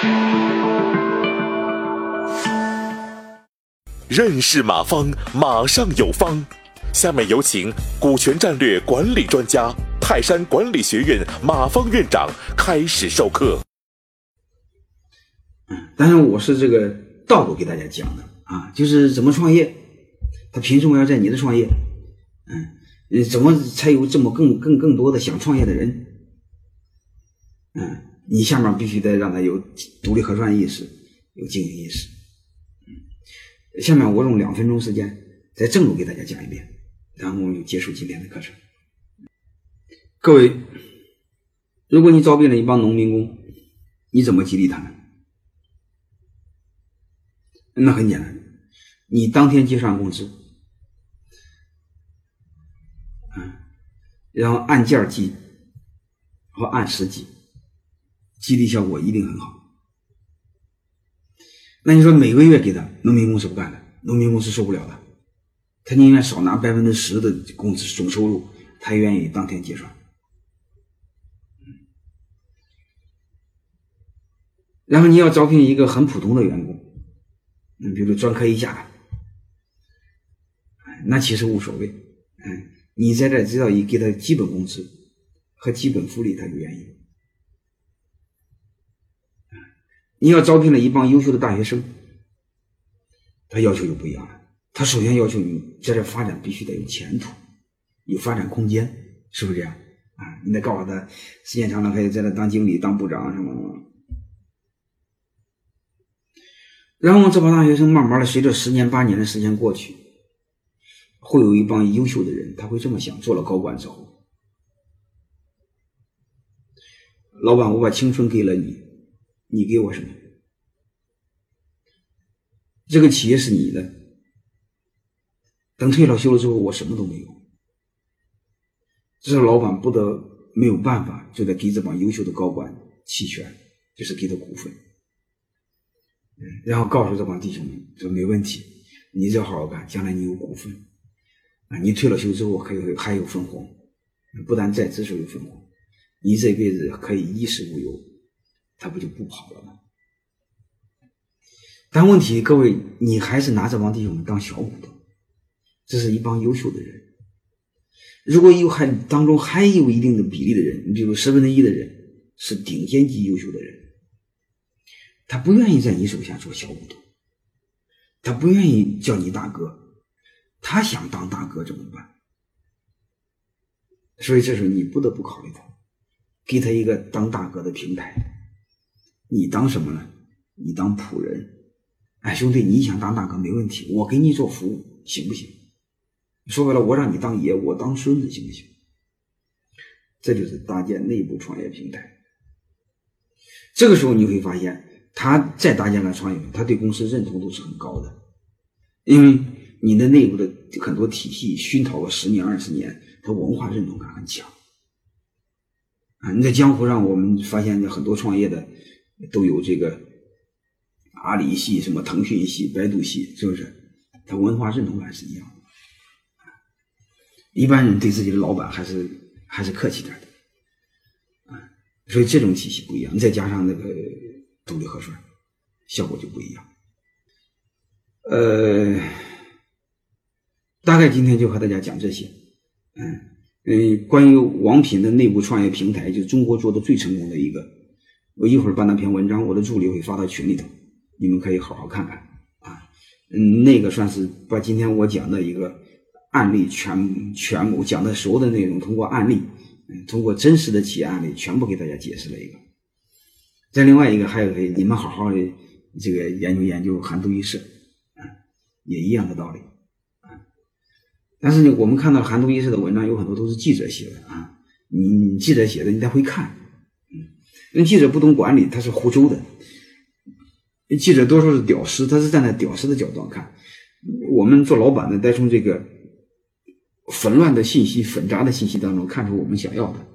认识马方，马上有方。下面有请股权战略管理专家、泰山管理学院马方院长开始授课。 当然我是这个道路给大家讲的啊，就是怎么创业，他凭什么要在你的创业？怎么才有这么更多的想创业的人？你下面必须得让他有独立核算意识，有经营意识。下面我用2分钟时间再正路给大家讲一遍，然后我们就结束今天的课程。各位，如果你招聘了一帮农民工，你怎么激励他们？那很简单，你当天结算工资，然后按件计和按时计，激励效果一定很好。那你说每个月给他，农民工是不干的，农民工是受不了的，他宁愿少拿10%的工资总收入，他也愿意当天结算。然后你要招聘一个很普通的员工，比如专科以下的，那其实无所谓，你在这只要给他基本工资和基本福利，他就愿意。你要招聘了一帮优秀的大学生，他要求就不一样了，他首先要求你在这发展必须得有前途，有发展空间，是不是这样你得告诉他时间长了可以在这当经理当部长什么什么。然后这帮大学生慢慢的随着10年8年的时间过去，会有一帮优秀的人，他会这么想，做了高管之后，老板，我把青春给了你，你给我什么？这个企业是你的，等退了休了之后，我什么都没有。这是老板不得没有办法，就得给这帮优秀的高管期权，就是给他股份。然后告诉这帮弟兄们说没问题，你只要好好干，将来你有股份你退了休之后还有分红，不但在职时候有分红，你这辈子可以衣食无忧，他不就不跑了吗？但问题各位，你还是拿这帮弟兄们当小股东，这是一帮优秀的人。如果当中还有一定的比例的人，你比如1/10的人是顶尖级优秀的人，他不愿意在你手下做小股东，他不愿意叫你大哥，他想当大哥怎么办？所以这时候你不得不考虑他，给他一个当大哥的平台。你当什么呢？你当仆人。兄弟，你想当大哥没问题，我给你做服务行不行？说白了，我让你当爷，我当孙子行不行？这就是搭建内部创业平台。这个时候你会发现，他在搭建了创业，他对公司认同度是很高的，因为你的内部的很多体系熏陶了10年20年，他文化认同感很强你在江湖上我们发现很多创业的都有这个阿里系、什么腾讯系、百度系，是不是？他文化认同感是一样的。一般人对自己的老板还是客气点的所以这种体系不一样，你再加上那个独立核算，效果就不一样。大概今天就和大家讲这些。关于王品的内部创业平台，就是中国做的最成功的一个，我一会儿把那篇文章我的助理会发到群里头，你们可以好好看看那个算是把今天我讲的一个案例全部讲的所有的内容，通过案例，通过真实的企业案例全部给大家解释了一个。再另外一个还有你们好好的这个研究韩都衣舍也一样的道理但是呢，我们看到韩都衣舍的文章有很多都是记者写的你记者写的你得会看因为记者不懂管理，他是胡诌的。记者多数是屌丝，他是站在屌丝的角度上看。我们做老板的得从这个纷乱的信息、纷杂的信息当中看出我们想要的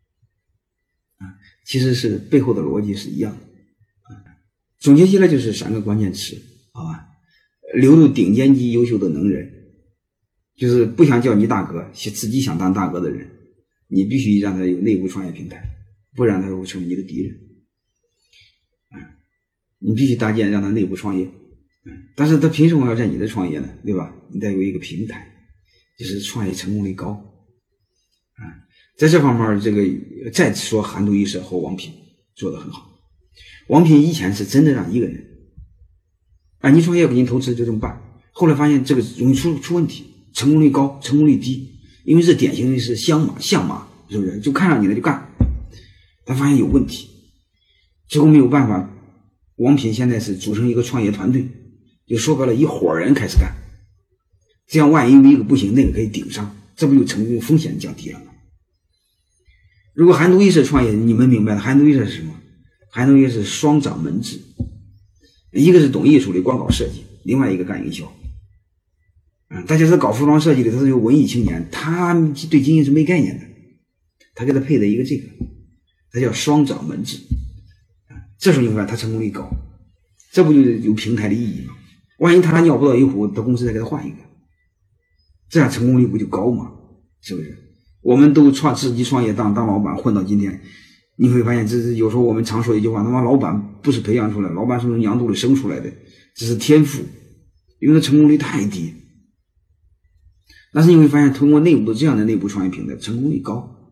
其实是背后的逻辑是一样的总结起来就是3个关键词好吧？留住顶尖级优秀的能人，就是不想叫你大哥，自己想当大哥的人，你必须让他有内部创业平台，不然他会成为你的敌人你必须搭建让他内部创业。但是他凭什么要在你这创业呢？对吧？你得有一个平台，就是创业成功率高。在这方面，这个再说韩都衣舍和王品做得很好。王品以前是真的让一个人，你创业给你投资就这么办，后来发现这个容易出问题，成功率高，成功率低，因为这典型的是象马，是不是？就看上你了就干，但发现有问题，最后没有办法，王品现在是组成一个创业团队，就说白了，一伙人开始干，这样万一有一个不行，那个可以顶上，这不就成功风险降低了吗？如果韩都衣舍创业，你们明白了，韩都衣舍是什么？韩都衣舍是双掌门制，一个是懂艺术的光搞设计，另外一个干营销。大家是搞服装设计的，他是有文艺青年，他对经营是没概念的，他给他配的一个这个，他叫双掌门制。这时候你会发现他成功率高，这不就有平台的意义吗？万一他尿不到一壶，他公司再给他换一个，这样成功率不就高吗？是不是？我们都自己创业当老板混到今天，你会发现这是有时候我们常说一句话，他妈老板不是培养出来，老板是从娘肚里生出来的，这是天赋，因为他成功率太低。但是你会发现通过内部的这样的内部创业平台成功率高。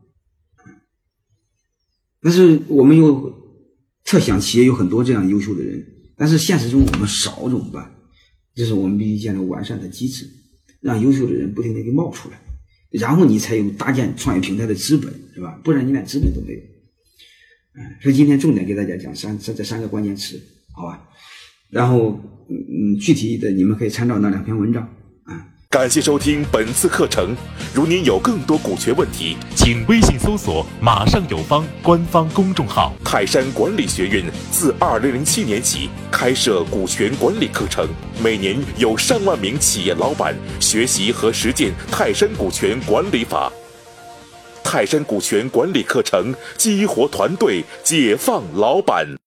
但是我们又特想企业有很多这样优秀的人，但是现实中我们少怎么办？就是我们必须建立完善的机制，让优秀的人不停地给冒出来，然后你才有搭建创业平台的资本，是吧？不然你连资本都没有。所以今天重点给大家讲这三个关键词，好吧？然后具体的你们可以参照那2篇文章。 感谢收听本次课程。如您有更多股权问题，请微信搜索“马上有方”官方公众号。泰山管理学院自2007年起开设股权管理课程，每年有上万名企业老板学习和实践泰山股权管理法。泰山股权管理课程激活团队，解放老板。